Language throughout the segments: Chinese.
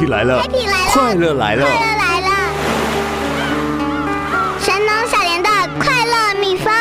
Happy 来了，快乐来了， 神农小莲的快乐秘方。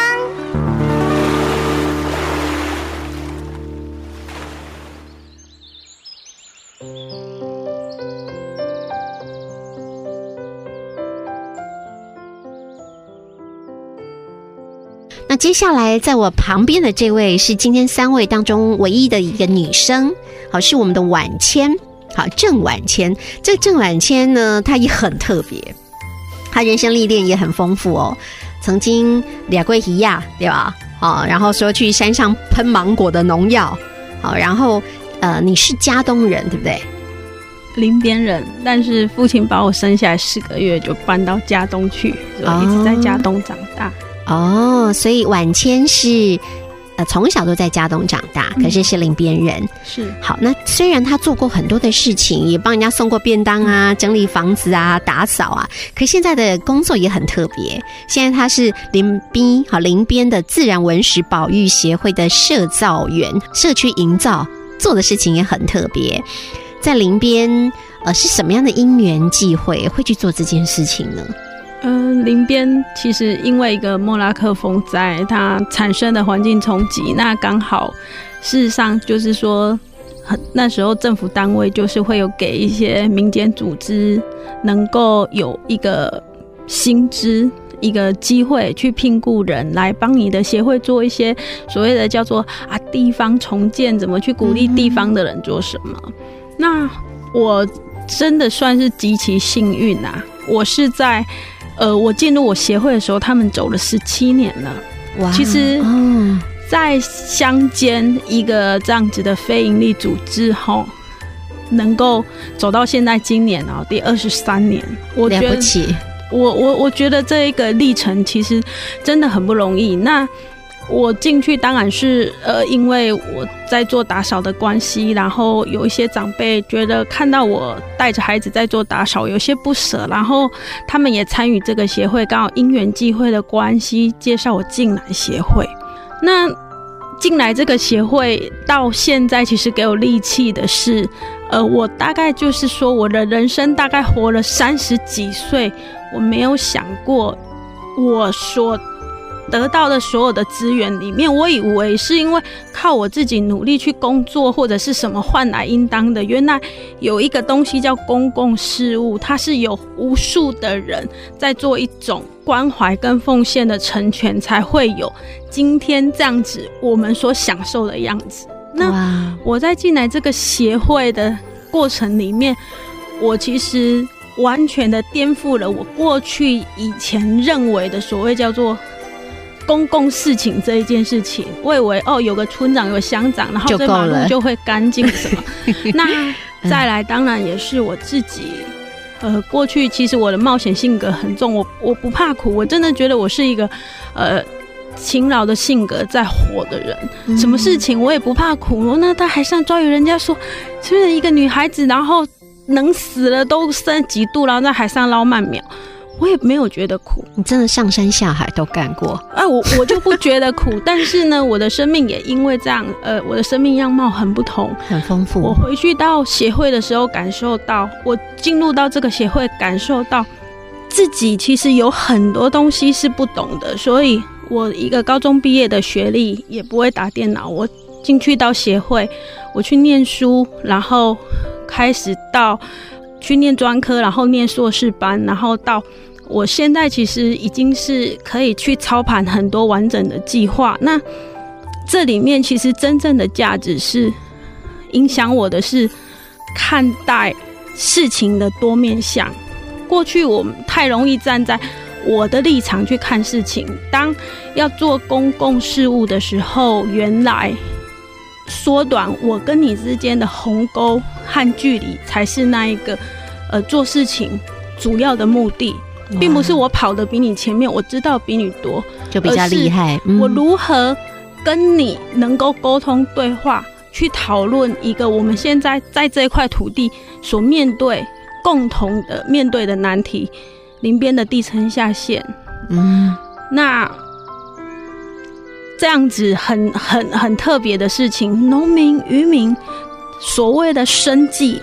那接下来在我旁边的这位是今天3位当中唯一的一个女生，好，是我们的婉谦，好，郑婉谦。这个郑婉谦呢，她也很特别，她人生历练也很丰富哦，曾经俩过鱼呀，对吧？好，然后说去山上喷芒果的农药，好，然后你是嘉东人对不对？ 林边人，但是父亲把我生下来4个月就搬到嘉东去，所以一直在嘉东长大。 哦，所以婉谦是从小都在嘉东长大，可是是林边人。 是。 好，那虽然他做过很多的事情，也帮人家送过便当啊，整理房子啊，打扫啊，可现在的工作也很特别。现在他是林边的自然文史保育协会的社造员，社区营造，做的事情也很特别。在林边是什么样的因缘际会会去做这件事情呢？ 林边其实因为一个莫拉克风灾，它产生的环境冲击，那刚好事实上就是说那时候政府单位就是会有给一些民间组织能够有一个薪资一个机会去聘雇人来帮你的协会做一些所谓的叫做地方重建，怎么去鼓励地方的人做什么。那我真的算是极其幸运啊，我是在我进入我协会的时候，他们走了17年了。哇！其实，在乡间一个这样子的非营利组织能够走到现在今年第23年，我觉得了不起。 我觉得这一个历程其实真的很不容易。那我进去当然是因为我在做打扫的关系，然后有一些长辈觉得看到我带着孩子在做打扫有些不舍，然后他们也参与这个协会，刚好因缘际会的关系介绍我进来协会。那进来这个协会到现在其实给我力气的是我大概就是说我的人生大概活了30几岁，我没有想过我所得到的所有的资源里面，我以为是因为靠我自己努力去工作或者是什么换来应当的，原来有一个东西叫公共事务，它是有无数的人在做一种关怀跟奉献的成全，才会有今天这样子我们所享受的样子。那我在进来这个协会的过程里面，我其实完全的颠覆了我过去以前认为的所谓叫做公共事情这一件事情。我以为有个村长有个乡长，然后这马路就会干净什么那再来当然也是我自己过去其实我的冒险性格很重，我不怕苦，我真的觉得我是一个勤劳的性格在活的人，什么事情我也不怕苦。那在海上遭遇人家说是不是一个女孩子然后能死了都升几度，然后在海上捞鳗苗，我也没有觉得苦。 你真的上山下海都干过。 我就不觉得苦但是呢我的生命也因为这样我的生命样貌很不同， 很丰富。 我回去到协会的时候感受到，我进入到这个协会感受到自己其实有很多东西是不懂的，所以我一个高中毕业的学历也不会打电脑，我进去到协会我去念书，然后开始到去念专科，然后念硕士班，然后到我现在其实已经是可以去操盘很多完整的计划。那这里面其实真正的价值是影响我的是看待事情的多面向。过去我太容易站在我的立场去看事情，当要做公共事务的时候，原来缩短我跟你之间的鸿沟和距离才是那一个做事情主要的目的，并不是我跑得比你前面，我知道比你多就比较厉害。 我如何跟你能够沟通对话，去讨论一个我们现在在这一块土地所共同的面对的难题，林边的地层下陷。那这样子很特别的事情，农民渔民所谓的生计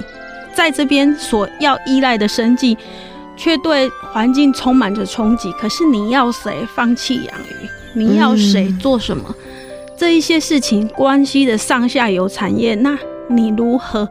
在这边所要依赖的生计却对环境充满着冲击，可是你要谁放弃养鱼，你要谁做什么，这一些事情关系的上下游产业，那你如何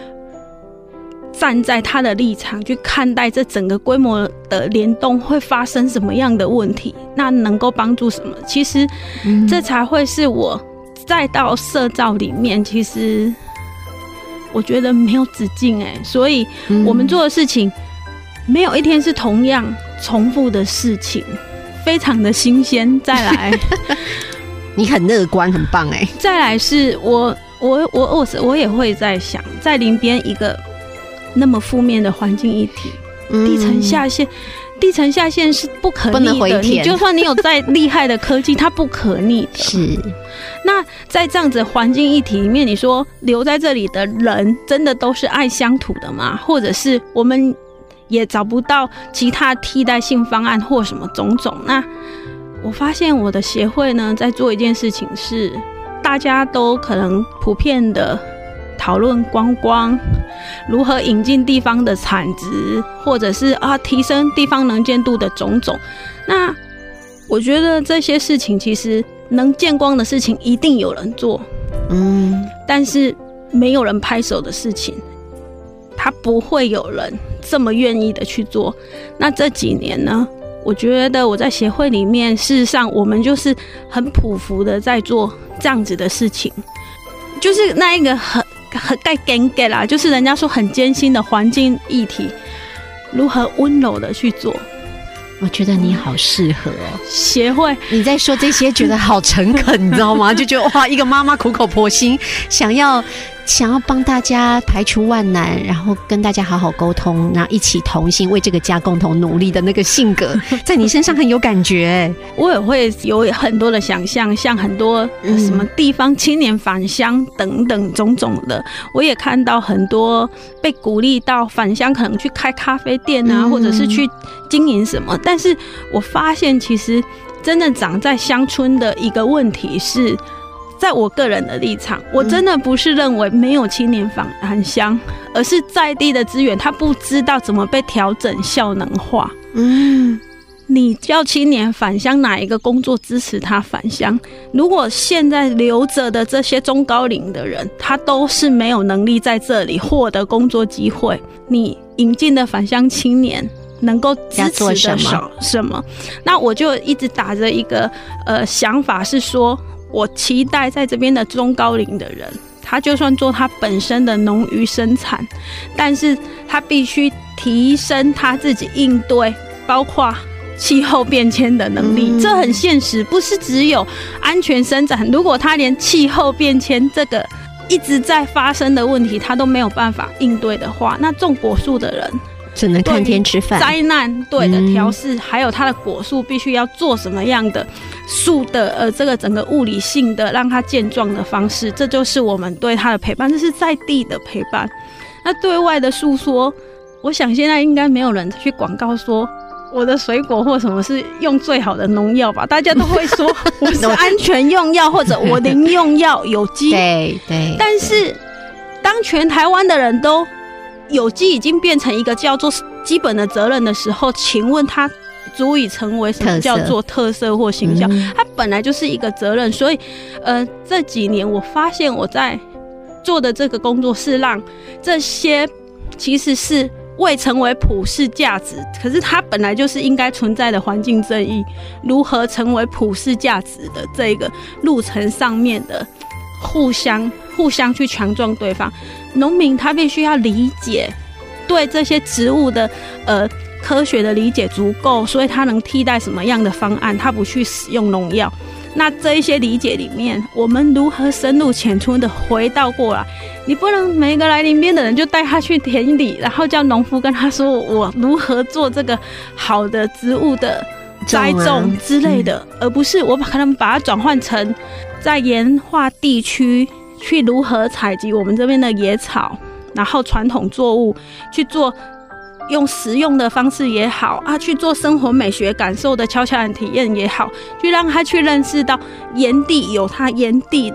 站在他的立场去看待这整个规模的联动会发生什么样的问题，那能够帮助什么？其实这才会是我再到社造里面，其实我觉得没有止境所以我们做的事情没有一天是同样重复的事情，非常的新鲜。再来你很乐观，很棒再来是我也会在想，在林边一个那么负面的环境议题，地层下陷，地层下陷是不可逆的，你就算你有再厉害的科技它不可逆的。 是， 那在这样子环境议题里面，你说留在这里的人真的都是爱乡土的吗？或者是我们也找不到其他替代性方案或什么种种？那我发现我的协会呢，在做一件事情是，大家都可能普遍的讨论观光，如何引进地方的产值，或者是提升地方能见度的种种。那我觉得这些事情其实能见光的事情一定有人做，但是没有人拍手的事情，他不会有人这么愿意的去做。那这几年呢，我觉得我在协会里面，事实上我们就是很匍匐的在做这样子的事情，就是那一个很盖干干啦，就是人家说很艰辛的环境议题，如何温柔的去做。 我觉得你好适合协会， 你在说这些觉得好诚恳，你知道吗？就觉得哇，一个妈妈苦口婆心，想要帮大家排除万难，然后跟大家好好沟通，然后一起同心为这个家共同努力的那个性格，在你身上很有感觉。 我也会有很多的想象，像很多什么地方青年返乡等等种种的，我也看到很多被鼓励到返乡，可能去开咖啡店啊，或者是去经营什么。但是我发现其实真的长在乡村的一个问题是，在我个人的立场，我真的不是认为没有青年返乡，而是在地的资源他不知道怎么被调整效能化。你叫青年返乡，哪一个工作支持他返乡？如果现在留着的这些中高龄的人，他都是没有能力在这里获得工作机会，你引进的返乡青年能够支持的什么？那我就一直打着一个想法是说，我期待在这边的中高龄的人，他就算做他本身的农渔生产，但是他必须提升他自己应对包括气候变迁的能力，这很现实，不是只有安全生产。如果他连气候变迁这个一直在发生的问题他都没有办法应对的话，那种果树的人只能看天吃饭。 灾难对的调适，还有它的果树必须要做什么样的树的这个整个物理性的让它健壮的方式，这就是我们对它的陪伴，这是在地的陪伴。那对外的诉说，我想现在应该没有人去广告说我的水果或什么是用最好的农药吧，大家都会说我是安全用药或者我零用药有机。 对对。 但是当全台湾的人都有机已经变成一个叫做基本的责任的时候，请问它足以成为什么叫做特色或形象？它本来就是一个责任。所以这几年我发现我在做的这个工作是让这些其实是未成为普世价值，可是它本来就是应该存在的环境正义，如何成为普世价值的这个路程上面的互相去强壮对方。农民他必须要理解，对这些植物的科学的理解足够，所以他能替代什么样的方案，他不去使用农药。那这一些理解里面，我们如何深入浅出的回到过来？你不能每个来林边的人就带他去田里，然后叫农夫跟他说我如何做这个好的植物的栽种之类的，而不是我可能把它转换成在盐化地区去如何采集我们这边的野草，然后传统作物去做，用实用的方式也好去做生活美学感受的悄悄然体验也好，去让他去认识到盐地有他盐地的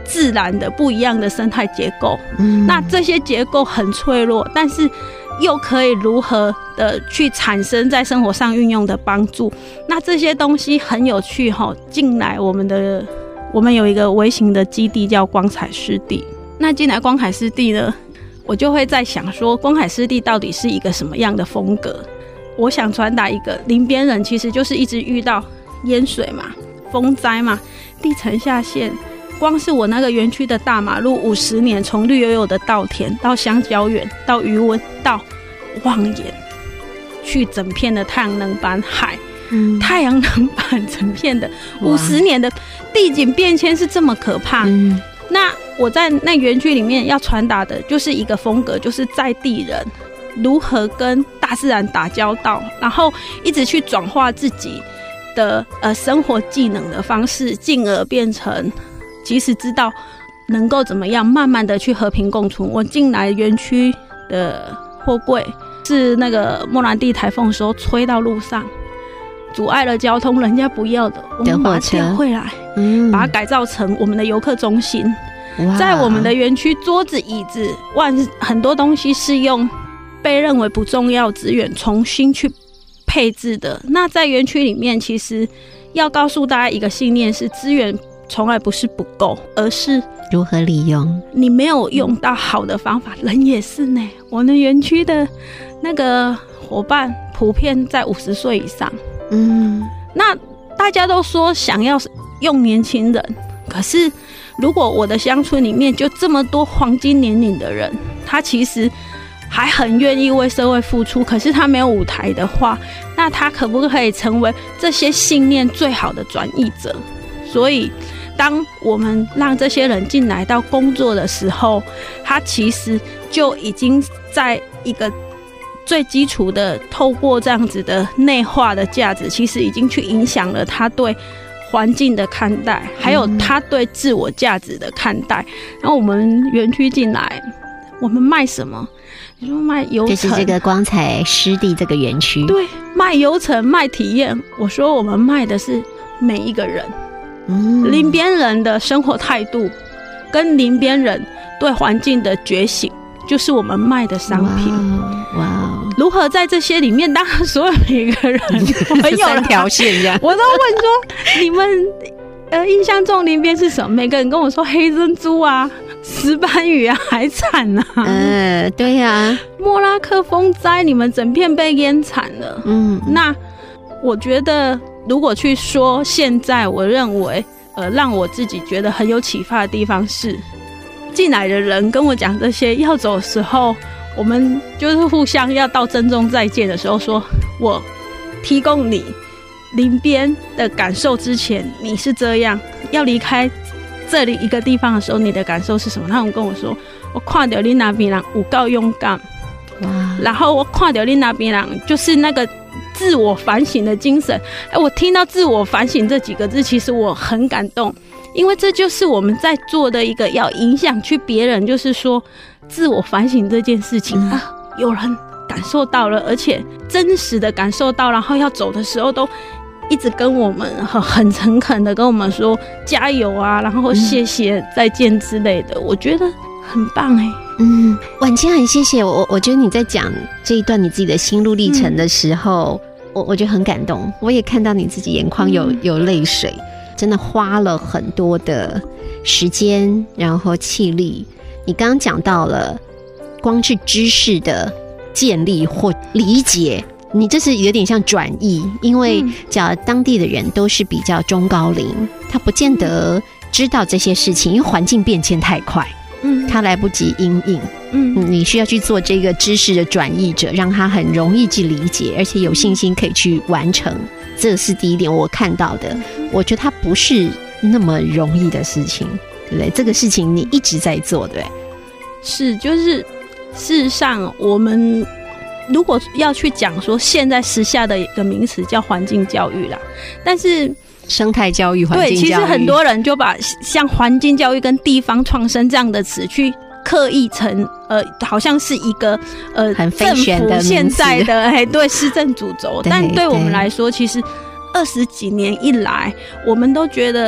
自然的不一样的生态结构。那这些结构很脆弱，但是又可以如何的去产生在生活上运用的帮助。那这些东西很有趣进来我们有一个微型的基地叫光彩湿地。那进来光彩湿地呢，我就会在想说，光彩湿地到底是一个什么样的风格？我想传达一个林边人其实就是一直遇到淹水嘛、风灾嘛、地层下陷。光是我那个园区的大马路50年，从绿油油的稻田到香蕉园到渔温到望眼，去整片的太阳能板海，太阳能板整片的50年的地景变迁是这么可怕。那我在那园区里面要传达的就是一个风格，就是在地人如何跟大自然打交道，然后一直去转化自己的生活技能的方式，进而变成即使知道能够怎么样慢慢的去和平共处。我进来园区的货柜是那个莫兰蒂台风的时候吹到路上，阻碍了交通，人家不要的，我们把它调回来，把它改造成我们的游客中心。在我们的园区，桌子椅子很多东西是用被认为不重要资源重新去配置的。那在园区里面，其实要告诉大家一个信念是，资源从来不是不够，而是如何利用。你没有用到好的方法，人也是呢。我们园区的那个伙伴普遍在50岁以上，那大家都说想要用年轻人，可是如果我的乡村里面就这么多黄金年龄的人，他其实还很愿意为社会付出，可是他没有舞台的话，那他可不可以成为这些信念最好的转译者？所以当我们让这些人进来到工作的时候，他其实就已经在一个最基础的透过这样子的内化的价值，其实已经去影响了他对环境的看待，还有他对自我价值的看待。然后我们园区进来，我们卖什么？你说卖游程， 就是这个光彩湿地这个园区， 对，卖游程卖体验。我说我们卖的是每一个人，林边人的生活态度跟林边人对环境的觉醒，就是我们卖的商品。哇，如何在这些里面，当然所有每个人我们有 3条线这样， 我都问说你们印象中林边是什么？每个人跟我说黑珍珠啊、石斑鱼啊、海产啊。 对啊， 莫拉克风灾，你们整片被淹惨了。那我觉得如果去说现在，我认为让我自己觉得很有启发的地方是，进来的人跟我讲这些，要走的时候，我们就是互相要到珍重再见的时候说，我提供你林边的感受之前你是这样，要离开这里一个地方的时候，你的感受是什么？他们跟我说，我看到你那边人有够勇敢，然后我看到你那边人就是那个自我反省的精神。我听到自我反省这几个字，其实我很感动，因为这就是我们在做的一个要影响去别人，就是说自我反省这件事情有人感受到了，而且真实的感受到，然后要走的时候都一直跟我们很诚恳的跟我们说加油啊，然后谢谢再见之类的，我觉得很棒婉清很谢谢我觉得你在讲这一段你自己的心路历程的时候，我觉得很感动，我也看到你自己眼眶有泪水，真的花了很多的时间然后气力。你刚刚讲到了光是知识的建立或理解，你这是有点像转译，因为假如当地的人都是比较中高龄，他不见得知道这些事情，因为环境变迁太快，他来不及因应，你需要去做这个知识的转译者，让他很容易去理解，而且有信心可以去完成，这是第一点我看到的。我觉得它不是那么容易的事情，对不对？这个事情你一直在做，对不对？ 是，就是事实上我们如果要去讲说现在时下的一个名词叫环境教育啦，但是生态教育、环境教育， 对，其实很多人就把像环境教育跟地方创生这样的词去刻意成好像是一个很非选的名词， 现在的对施政主轴，但对我们来说，其实20几年以来，我们都觉得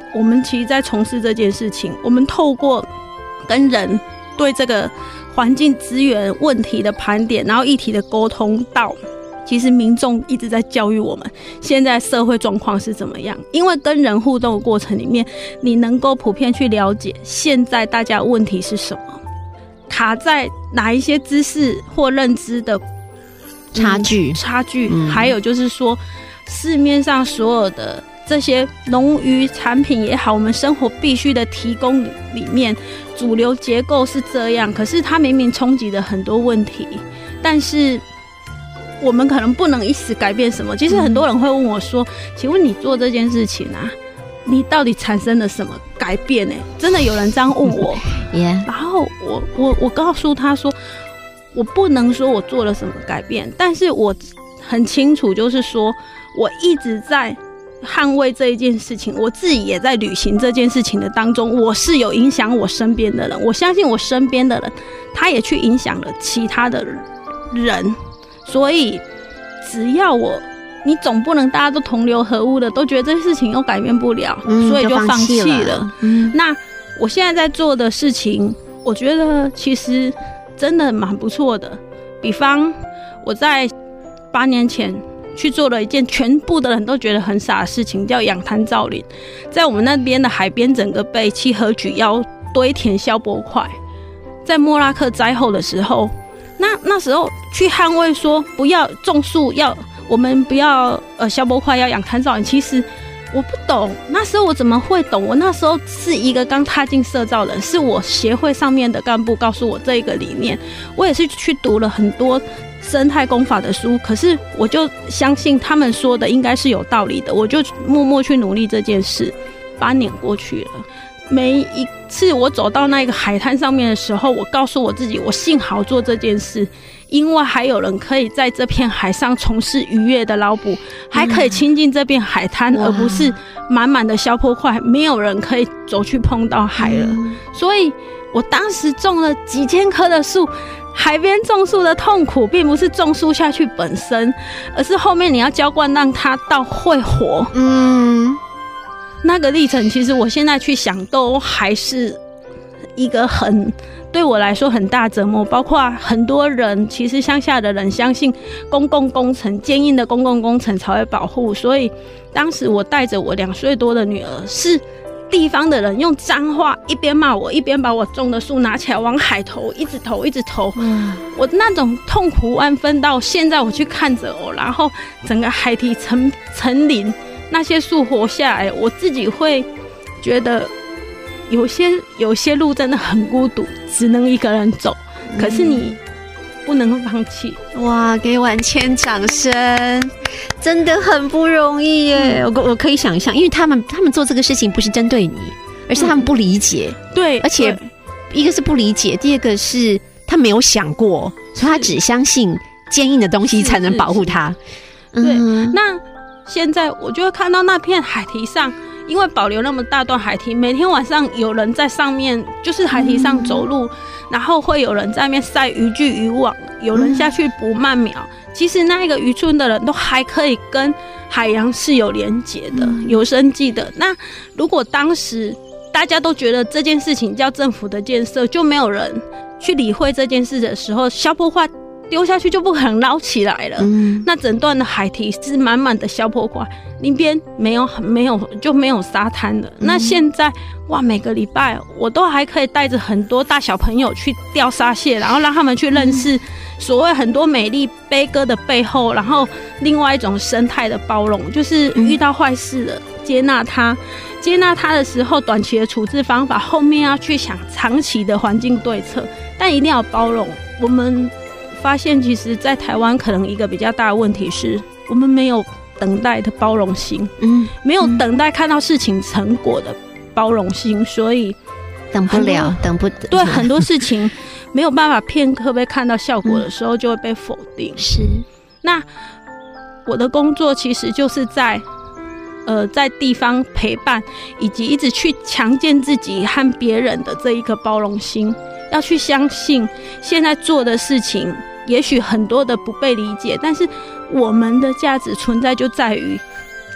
我们其实在从事这件事情，我们透过跟人对这个环境资源问题的盘点，然后议题的沟通到其实民众一直在教育我们现在社会状况是怎么样，因为跟人互动的过程里面，你能够普遍去了解现在大家问题是什么，卡在哪一些知识或认知的差距，还有就是说市面上所有的这些农渔产品也好，我们生活必须的提供里面主流结构是这样，可是它明明冲击了很多问题，但是我们可能不能一时改变什么。其实很多人会问我说，请问你做这件事情啊，你到底产生了什么改变呢？真的有人这样问我然后我告诉他说，我不能说我做了什么改变，但是我很清楚，就是说我一直在捍卫这一件事情，我自己也在履行这件事情的当中，我是有影响我身边的人，我相信我身边的人他也去影响了其他的人，所以只要你总不能大家都同流合污的，都觉得这件事情又改变不了，所以就放弃了。那我现在在做的事情，我觉得其实真的蛮不错的。比方我在8年前去做了一件全部的人都觉得很傻的事情，叫养滩造林。在我们那边的海边，整个被七河举要堆填消波块。在莫拉克灾后的时候，那时候去捍卫说不要种树，我们不要消波块，要养滩造林。其实我不懂，那时候我怎么会懂？我那时候是一个刚踏进社造人，是我协会上面的干部告诉我这一个理念。我也是去读了很多生态工法的书，可是我就相信他们说的应该是有道理的，我就默默去努力这件事。8年过去了，每一次我走到那个海滩上面的时候，我告诉我自己，我幸好做这件事，因为还有人可以在这片海上从事渔业的捞捕，还可以亲近这片海滩，而不是满满的消波块，没有人可以走去碰到海了。所以我当时种了几千棵的树。海边种树的痛苦并不是种树下去本身，而是后面你要浇灌让它到会活。那个历程其实我现在去想都还是一个对我来说很大折磨。包括很多人，其实乡下的人相信公共工程，坚硬的公共工程才会保护，所以当时我带着我2岁多的女儿，是地方的人用脏话一边骂我，一边把我种的树拿起来往海投，一直投。我那种痛苦万分，到现在我去看着然后整个海堤成林，那些树活下来，我自己会觉得有些路真的很孤独，只能一个人走，可是你不能放弃。 哇，给婉谦掌声，真的很不容易耶。我可以想象，因为他们做这个事情不是针对你，而是他们不理解。 对， 而且一个是不理解，第二个是他没有想过，所以他只相信坚硬的东西才能保护他。 对，那现在我就会看到那片海堤上，因为保留那么大段海堤，每天晚上有人在上面，就是海堤上走路，然后会有人在那边晒渔具渔网，有人下去捕鳗苗。其实那一个渔村的人都还可以跟海洋是有连结的，有生计的。那如果当时大家都觉得这件事情叫政府的建设，就没有人去理会这件事的时候，消波块丢下去就不可能捞起来了。那整段的海堤是满满的消波块，那边没有沙滩了。那现在哇，每个礼拜我都还可以带着很多大小朋友去钓沙蟹，然后让他们去认识所谓很多美丽悲歌的背后，然后另外一种生态的包容，就是遇到坏事了，接纳它的时候，短期的处置方法，后面要去想长期的环境对策，但一定要包容。我们发现其实在台湾可能一个比较大的问题是，我们没有等待的包容心，没有等待看到事情成果的包容心，所以等不了， 对很多事情没有办法片刻被看到效果的时候，就会被否定。 是， 那我的工作其实就是在地方陪伴，以及一直去强健自己和别人的这一个包容心，要去相信现在做的事情也许很多的不被理解，但是我们的价值存在就在于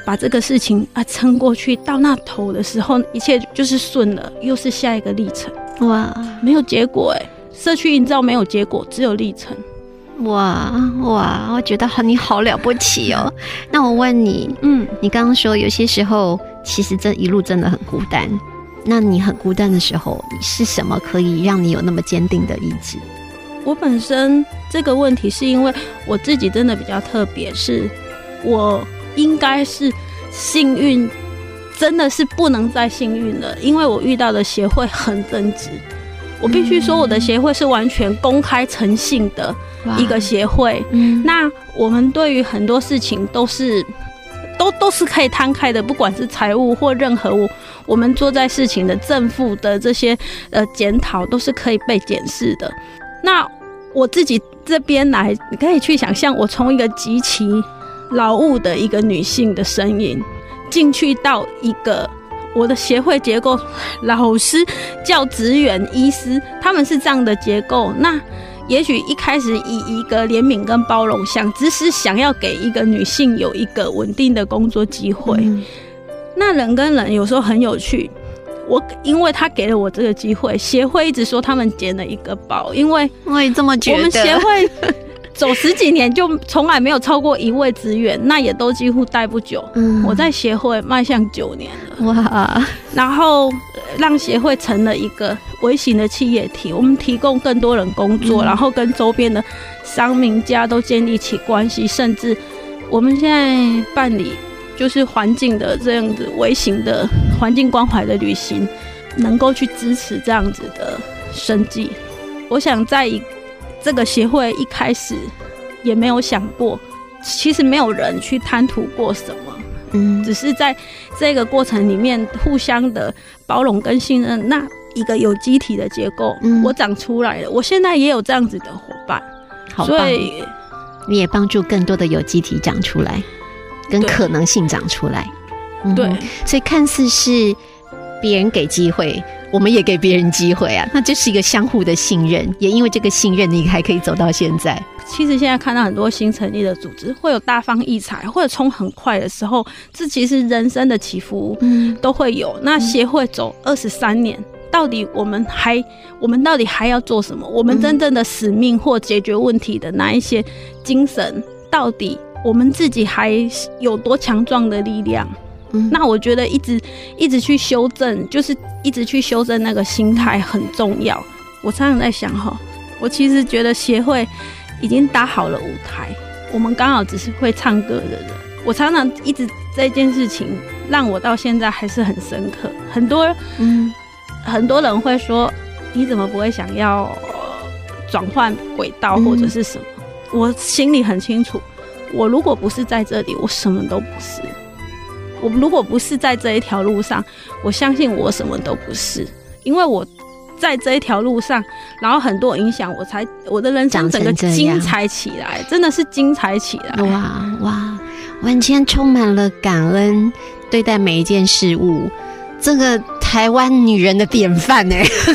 把这个事情撑过去，到那头的时候，一切就是顺了，又是下一个历程。 哇， 没有结果社区营造没有结果，只有历程。 哇，我觉得你好了不起哦。那我问你，你刚刚说有些时候其实这一路真的很孤单，那你很孤单的时候，是什么可以让你有那么坚定的意志？ 我本身这个问题是因为我自己真的比较特别，是我应该是幸运，真的是不能再幸运了，因为我遇到的协会很正直。我必须说我的协会是完全公开诚信的一个协会，那我们对于很多事情都是可以摊开的，不管是财务或任何我们做在事情的正负的这些检讨都是可以被检视的。那我自己这边来，你可以去想象，我从一个极其劳务的一个女性的身影进去到一个我的协会结构，老师、教职员、医师，他们是这样的结构。那也许一开始以一个怜悯跟包容只是想要给一个女性有一个稳定的工作机会。那人跟人有时候很有趣，因为他给了我这个机会，协会一直说他们捡了一个宝，因为我也这么觉得。 我们协会走10几年就从来没有超过1位职员，那也都几乎待不久。我在协会迈向9年了， 哇！ 然后让协会成了一个微型的企业体，我们提供更多人工作，然后跟周边的商民家都建立起关系，甚至我们现在办理就是环境的这样子微型的环境关怀的旅行，能够去支持这样子的生计。我想在这个协会一开始也没有想过，其实没有人去贪图过什么，只是在这个过程里面互相的包容跟信任，那一个有机体的结构，我长出来了。我现在也有这样子的伙伴， 好棒， 所以你也帮助更多的有机体长出来，跟可能性长出来。 对， 所以看似是别人给机会，我们也给别人机会啊，那这是一个相互的信任，也因为这个信任，你还可以走到现在。 其实现在看到很多新成立的组织会有大放异彩，或者冲很快的时候，这其实人生的起伏都会有。那协会走23年，到底我们到底还要做什么？我们真正的使命或解决问题的那一些精神，到底我们自己还有多强壮的力量？那我觉得一直去修正，就是一直去修正那个心态很重要。我常常在想我其实觉得协会已经搭好了舞台，我们刚好只是会唱歌的人。我常常一直这件事情让我到现在还是很深刻。很多人会说，你怎么不会想要转换轨道或者是什么？我心里很清楚，我如果不是在这里，我什么都不是。我如果不是在这一条路上，我相信我什么都不是，因为我在这一条路上，然后很多影响我的人生整个精彩起来，真的是精彩起来。 哇，完全充满了感恩对待每一件事物，这个台湾女人的典范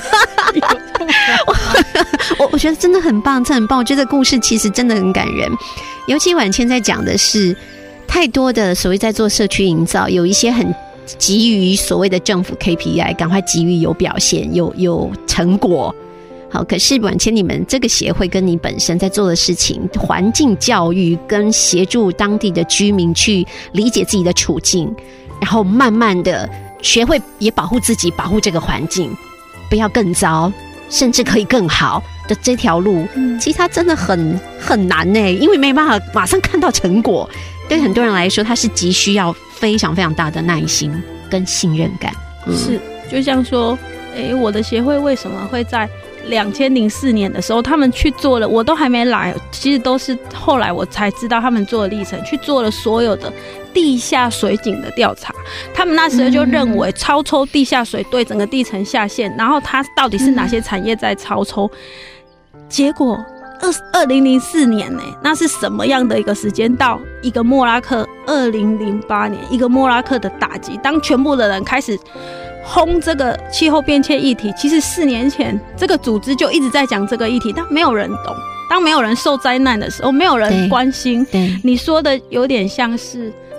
我觉得真的很棒，这很棒。我觉得故事其实真的很感人，尤其婉谦在讲的是太多的所谓在做社区营造，有一些很急于所谓的政府 KPI， 赶快急于有表现，有成果。好，可是婉谦你们这个协会跟你本身在做的事情，环境教育跟协助当地的居民去理解自己的处境，然后慢慢的学会也保护自己，保护这个环境，不要更糟，甚至可以更好的这条路，其实它真的很难因为没办法马上看到成果。对很多人来说，它是急需要非常非常大的耐心跟信任感。 是，就像说我的协会为什么会在2004年的时候他们去做了，我都还没来，其实都是后来我才知道他们做的历程，去做了所有的地下水井的调查。他们那时候就认为超抽地下水对整个地层下陷，然后它到底是哪些产业在超抽，结果2004年那是什么样的一个时间？到一个莫拉克2008年一个莫拉克的打击，当全部的人开始轰这个气候变迁议题，其实4年前这个组织就一直在讲这个议题，但没有人懂。当没有人受灾难的时候，没有人关心。你说的有点像是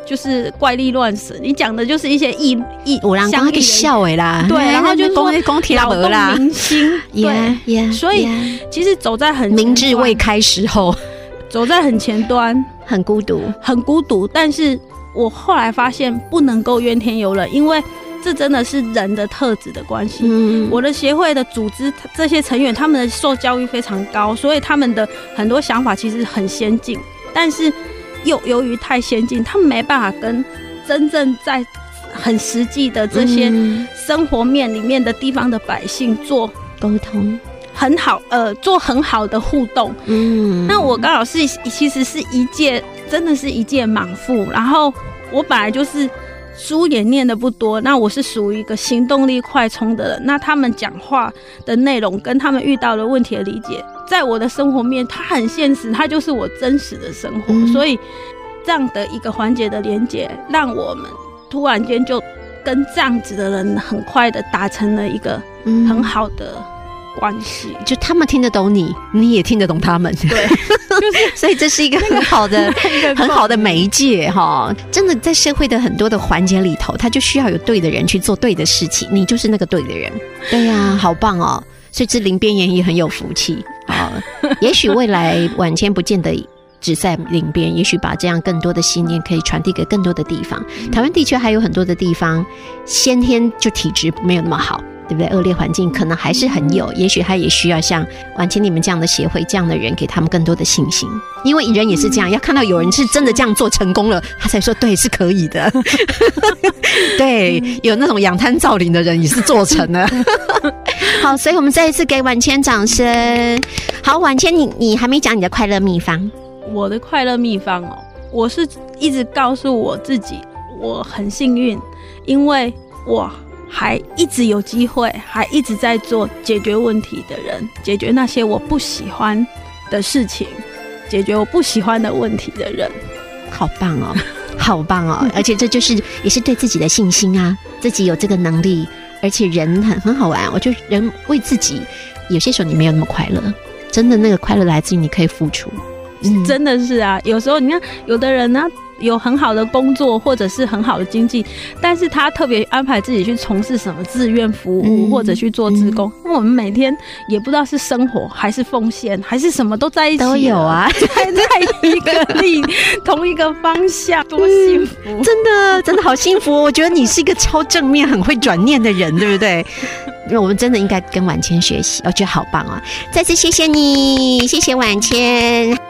就是怪力乱神，你讲的就是一些有人讲个笑的啦， 对，然后就是说扰动民心， 对， 所以其实走在很明智未开时候， 走在很前端， 很孤独， 很孤独。但是我后来发现不能够怨天尤人，因为这真的是人的特质的关系。我的协会的组织这些成员，他们的受教育非常高，所以他们的很多想法其实很先进，但是又由于太先进，他们没办法跟真正在很实际的这些生活面里面的地方的百姓做沟通， 很好，做很好的互动。那我刚好其实是真的是一介莽妇，然后我本来就是书也念得不多，那我是属于一个行动力快充的人，那他们讲话的内容跟他们遇到的问题的理解，在我的生活面它很现实，它就是我真实的生活，所以这样的一个环节的连结，让我们突然间就跟这样子的人很快的达成了一个很好的关系， 就他们听得懂你，你也听得懂他们， 对，就是所以这是一个很好的很好的媒介哈。真的在社会的很多的环节里头，他就需要有对的人去做对的事情，你就是那个对的人。对呀，好棒哦！所以这林边也很有福气啊。也许未来晚间不见得只在林边，也许把这样更多的信念可以传递给更多的地方。台湾地区还有很多的地方，先天就体质没有那么好，对不对？恶劣环境可能还是很有，也许他也需要像婉晴你们这样的协会这样的人，给他们更多的信心。因为人也是这样，要看到有人是真的这样做成功了，他才说对，是可以的。对，有那种仰滩造林的人也是做成了。好，所以我们再一次给婉谦掌声。好，婉谦，你还没讲你的快乐秘方。 我的快乐秘方哦，我是一直告诉我自己，我很幸运，因为我还一直有机会，还一直在做解决问题的人，解决那些我不喜欢的事情，解决我不喜欢的问题的人。 好棒哦，好棒哦！而且这就是也是对自己的信心啊，自己有这个能力，而且人很好玩。我觉得人为自己，有些时候你没有那么快乐，真的那个快乐来自于你可以付出。 真的是啊，有时候你看有的人呢，有很好的工作或者是很好的经济，但是他特别安排自己去从事什么志愿服务，或者去做志工。那我们每天也不知道是生活还是奉献还是什么都在一起， 都有啊， 在一个同一个方向，多幸福！ 真的好幸福哦！我觉得你是一个超正面、很会转念的人，对不对？我们真的应该跟婉谦学习，我觉得好棒啊！再次谢谢你，谢谢婉谦。